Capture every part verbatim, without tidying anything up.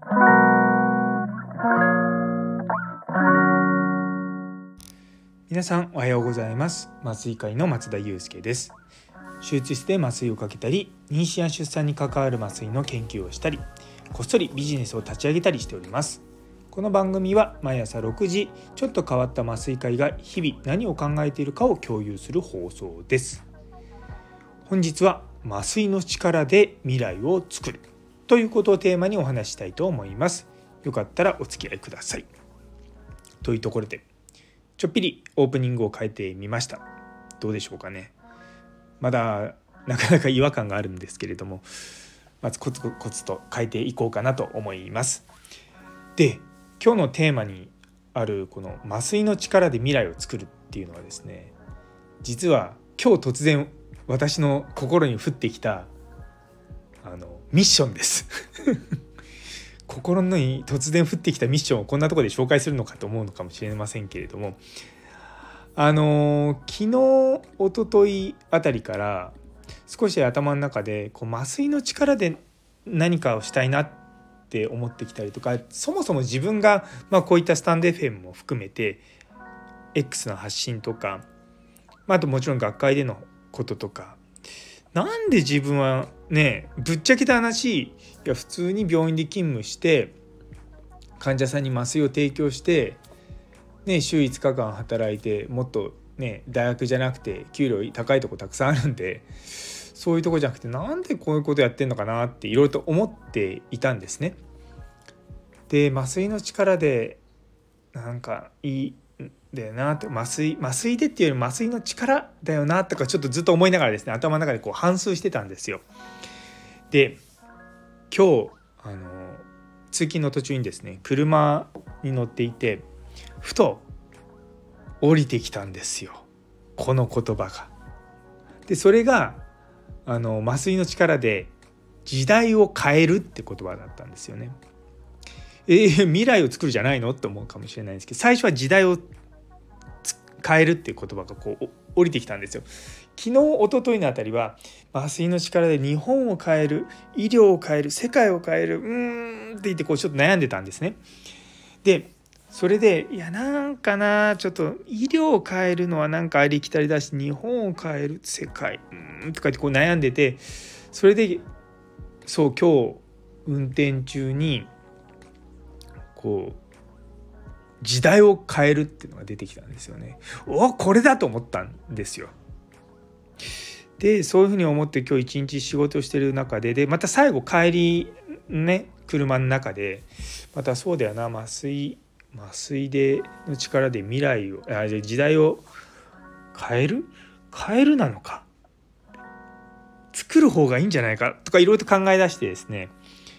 皆さんおはようございます。麻酔科医の松田祐介です。手術室で麻酔をかけたり、妊娠や出産に関わる麻酔の研究をしたり、こっそりビジネスを立ち上げたりしております。この番組は毎朝ろくじ、ちょっと変わった麻酔科医が日々何を考えているかを共有する放送です。本日は麻酔の力で未来を作るということをテーマにお話したいと思います。よかったらお付き合いください。というところで、ちょっぴりオープニングを変えてみました。どうでしょうかね。まだなかなか違和感があるんですけれども、まずコツコツと変えていこうかなと思います。で、今日のテーマにあるこの麻酔の力で未来を作るっていうのはですね、実は今日突然私の心に降ってきたあのミッションです心に突然降ってきたミッションをこんなところで紹介するのかと思うのかもしれませんけれども、あの昨日一昨日あたりから少し頭の中でこう麻酔の力で何かをしたいなって思ってきたりとか、そもそも自分が、まあ、こういったスタンド エフエム も含めて X の発信とか、まあ、あともちろん学会でのこととか、なんで自分はね、ぶっちゃけた話、いや普通に病院で勤務して患者さんに麻酔を提供して、ね、週いつかかん働いて、もっとね大学じゃなくて給料高いとこたくさんあるんで、そういうとこじゃなくてなんでこういうことやってんのかなっていろいろと思っていたんですね。で、麻酔の力でなんかいいだよなって、麻酔麻酔でっていうより麻酔の力だよなとかちょっとずっと思いながらですね、頭の中でこう反芻してたんですよ。で、今日あの通勤の途中にですね、車に乗っていてふと降りてきたんですよ、この言葉が。で、それがあの麻酔の力で時代を変えるって言葉だったんですよね。えー、未来を作るじゃないのって思うかもしれないんですけど、最初は時代を変えるっていう言葉がこう降りてきたんですよ。昨日一昨日のあたりは麻酔の力で日本を変える、医療を変える、世界を変える、うーんって言ってこうちょっと悩んでたんですね。で、それでいやなんかな、ちょっと医療を変えるのはなんかありきたりだし、日本を変える、世界うーんとかってこう悩んでて、それでそう今日運転中にこう時代を変えるっていうのが出てきたんですよね。お、これだと思ったんですよ。で、そういうふうに思って今日一日仕事をしてる中で、でまた最後帰りね、車の中でまたそうだよな、麻酔麻酔での力で未来を、あ、時代を変える変えるなのか、作る方がいいんじゃないかとかいろいろと考え出してですね、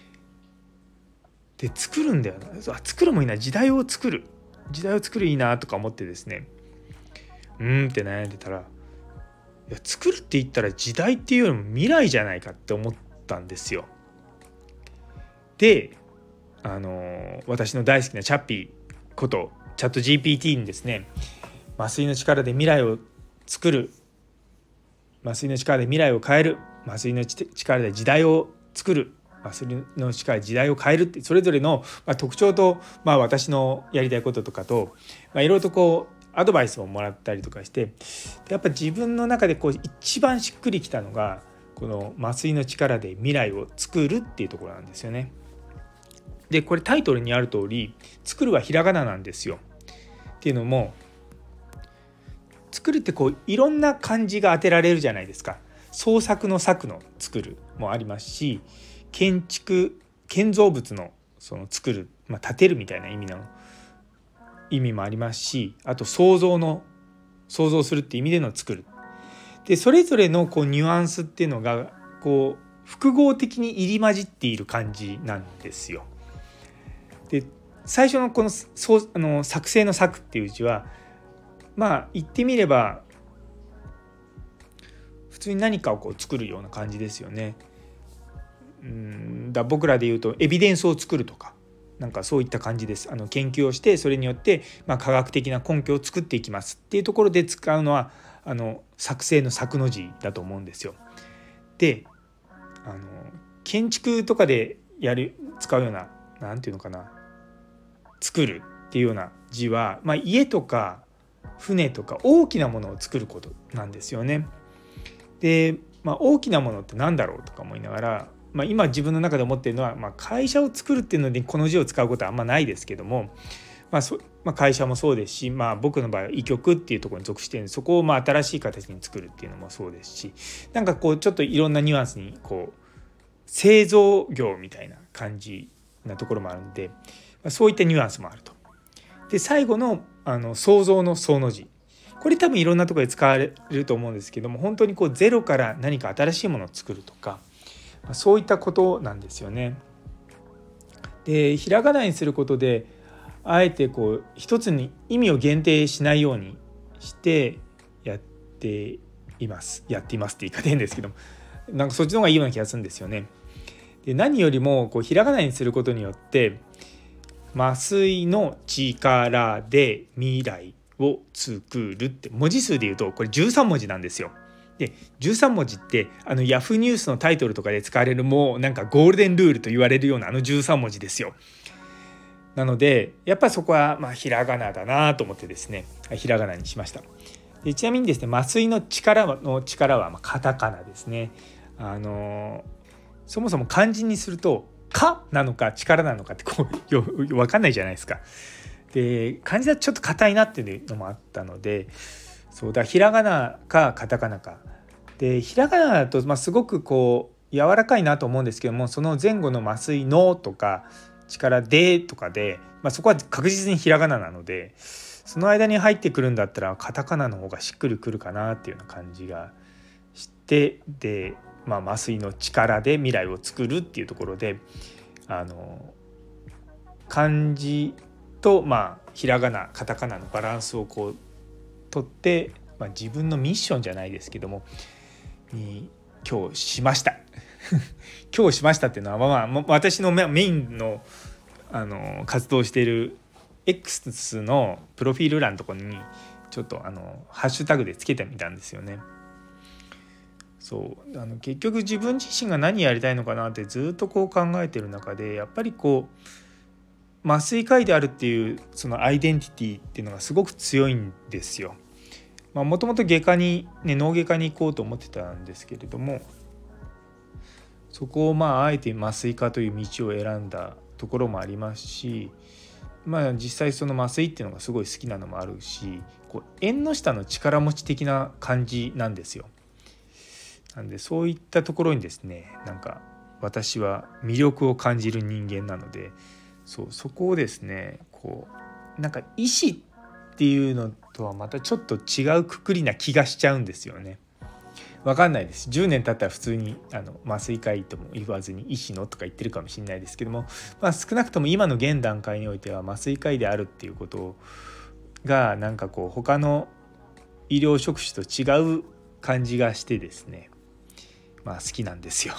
で作るんだよな、あ、作るもいいな、時代を作る時代を作るいいなとか思ってですね、うーんって悩んでたら、いや作るって言ったら時代っていうよりも未来じゃないかって思ったんですよ。で、あの私の大好きなチャッピーことチャット ジーピーティー にですね、麻酔の力で未来を作る、麻酔の力で未来を変える、麻酔の力で時代を作る、麻酔の力で時代を変えるって、それぞれの特徴と、まあ、私のやりたいこととかと、まあ、いろいろとこうアドバイスをもらったりとかして、やっぱ自分の中でこう一番しっくりきたのがこの麻酔の力で未来を作るっていうところなんですよね。で、これタイトルにある通り、作るはひらがななんですよ。っていうのも、作るってこういろんな漢字が当てられるじゃないですか。創作の作の作るもありますし、建築建造物のその作る、まあ、建てるみたいな意味の意味もありますし、あと創造の創造するって意味での作る。で、それぞれのこうニュアンスっていうのがこう複合的に入り混じっている感じなんですよ。で、最初のこのそうあの作成の作っていう字は、まあ言ってみれば普通に何かをこう作るような感じですよね。うんだ僕らで言うとエビデンスを作るとか、なんかそういった感じです。あの研究をして、それによって、まあ、科学的な根拠を作っていきますっていうところで使うのはあの作成の作の字だと思うんですよ。で、あの建築とかでやる使うようななんていうのかな、作るっていうような字は、まあ、家とか船とか大きなものを作ることなんですよね。で、まあ、大きなものって何だろうとか思いながら、まあ、今自分の中で思っているのは、まあ、会社を作るっていうのにこの字を使うことはあんまないですけども、まあそまあ、会社もそうですし、まあ、僕の場合は医局っていうところに属しているので、そこをまあ新しい形に作るっていうのもそうですし、なんかこうちょっといろんなニュアンスにこう製造業みたいな感じなところもあるんで、そういったニュアンスもあると。で最後のあの創造の創の字、これ多分いろんなところで使われると思うんですけども、本当にこうゼロから何か新しいものを作るとか、そういったことなんですよね。でひらがなにすることであえてこう一つに意味を限定しないようにしてやっていますやっていますって言い方変ですけども、なんかそっちの方がいいような気がするんですよね。で何よりもこうひらがなにすることによって麻酔の力で未来を作るって文字数で言うとこれじゅうさんもじなんですよ。でじゅうさんもじってあのヤフーニュースのタイトルとかで使われるもうなんかゴールデンルールと言われるようなあのじゅうさんもじですよ。なのでやっぱりそこはまあひらがなだなと思ってですね、ひらがなにしました。でちなみにですね、麻酔の力の力はまあカタカナですね。あのそもそも漢字にするとかなのか力なのかってこうよ分かんないじゃないですか。で漢字だとちょっと硬いなっていうのもあったので、そうだひらがなかカタカナかで、ひらがなだとまあすごくこう柔らかいなと思うんですけども、その前後の麻酔のとか力でとかで、まあ、そこは確実にひらがななので、その間に入ってくるんだったらカタカナの方がしっくりくるかなっていうような感じがして、でまあ、麻酔の力で未来を作るっていうところで、あの漢字と、まあ、ひらがなカタカナのバランスをこう取って、まあ、自分のミッションじゃないですけどもに今日しました今日しましたっていうのは、まあ、まあ、私のメインの、あの活動している X のプロフィール欄のところにちょっとあのハッシュタグでつけてみたんですよね。そうあの結局自分自身が何やりたいのかなってずっとこう考えてる中で、やっぱりこう麻酔科医であるっていうそのアイデンティティっていうのがすごく強いんですよ。もともと外科に、ね、脳外科に行こうと思ってたんですけれども、そこをまああえて麻酔科という道を選んだところもありますし、まあ実際その麻酔っていうのがすごい好きなのもあるし、こう縁の下の力持ち的な感じなんですよ。なんでそういったところにですね、なんか私は魅力を感じる人間なので、そうそこをですね、こうなんか医師っていうのとはまたちょっと違うくくりな気がしちゃうんですよね。わかんないです。じゅうねん経ったら普通にあの麻酔科医とも言わずに医師のとか言ってるかもしれないですけども、まあ、少なくとも今の現段階においては麻酔科医であるっていうことがなんかこう他の医療職種と違う感じがしてですね、まあ好きなんですよ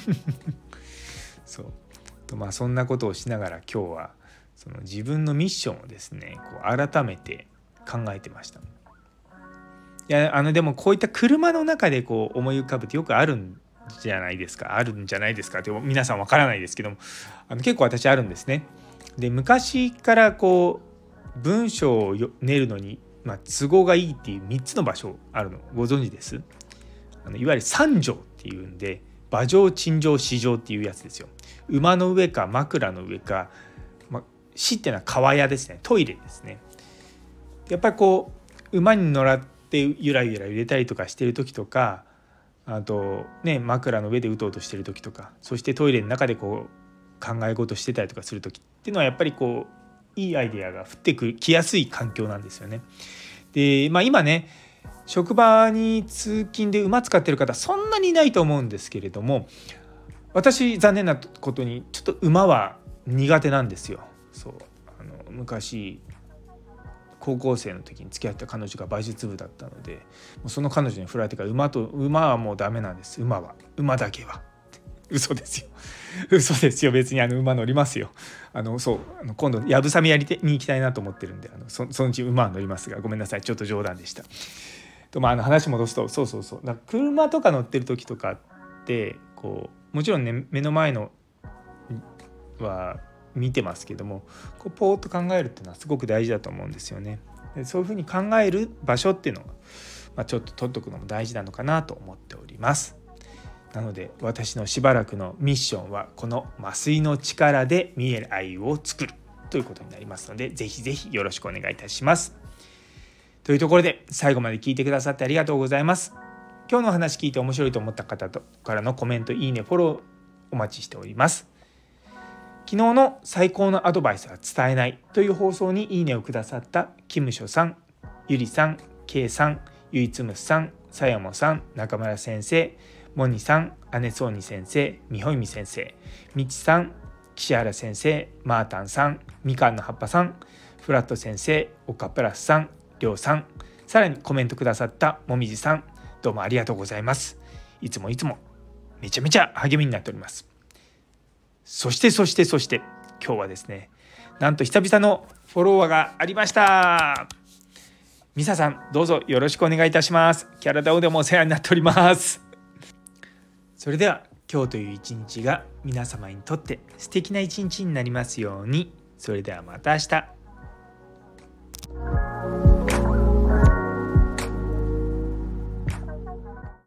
そうと、まあそんなことをしながら今日はその自分のミッションをですねこう改めて考えてました。いやあのでもこういった車の中でこう思い浮かぶってよくあるんじゃないですかあるんじゃないですかって皆さんわからないですけども、あの結構私あるんですね。で昔からこう文章を練るのに、まあ、都合がいいっていうみっつの場所あるのご存知です？あのいわゆる三条っていうんで、馬上陳情四条っていうやつですよ。馬の上か枕の上か、まあ、死っていうのは川屋ですね、トイレですね。やっぱりこう馬に乗らってゆらゆら揺れたりとかしてる時とか、あとね枕の上でうとうとしてる時とか、そしてトイレの中でこう考え事してたりとかする時っていうのはやっぱりこういいアイデアが降ってくるきやすい環境なんですよね。で、まあ、今ね職場に通勤で馬使ってる方そんなにいないと思うんですけれども、私残念なことにちょっと馬は苦手なんですよ。そうあの昔高校生の時に付き合った彼女が馬術部だったので、もうその彼女に振られてから馬と馬はもうダメなんです。馬は馬だけは嘘ですよ嘘ですよ。別にあの馬乗りますよ。あのそうあの今度やぶさめやりてに行きたいなと思ってるんで、あの そ, そのうち馬は乗りますが、ごめんなさいちょっと冗談でした。とまあ、あの話戻すと、そうそうそうだから車とか乗ってる時とかってこうもちろんね目の前のは見てますけども、こうポーッと考えるっていうのはすごく大事だと思うんですよね。でそういうふうに考える場所っていうのを、まあ、ちょっと取っとくのも大事なのかなと思っております。なので私のしばらくのミッションはこの麻酔の力で未来を作るということになりますので、ぜひぜひよろしくお願いいたします。というところで最後まで聞いてくださってありがとうございます。今日の話聞いて面白いと思った方とからのコメント、いいね、フォローお待ちしております。昨日の最高のアドバイスは伝えないという放送にいいねをくださったキムショさん、ゆりさん、ケイさん、ゆいつむさん、さやもさん、中村先生、モニさん、姉そうに先生、みほいみ先生、みちさん、岸原先生、マータンさん、みかんの葉っぱさん、フラット先生、オカプラスさん、りょうさん、さらにコメントくださったもみじさん、どうもありがとうございます。いつもいつもめちゃめちゃ励みになっております。そしてそしてそして今日はですね、なんと久々のフォロワーがありました。ミサさん、どうぞよろしくお願いいたします。キャラダオでもお世話になっております。それでは今日という一日が皆様にとって素敵な一日になりますように。それではまた明日。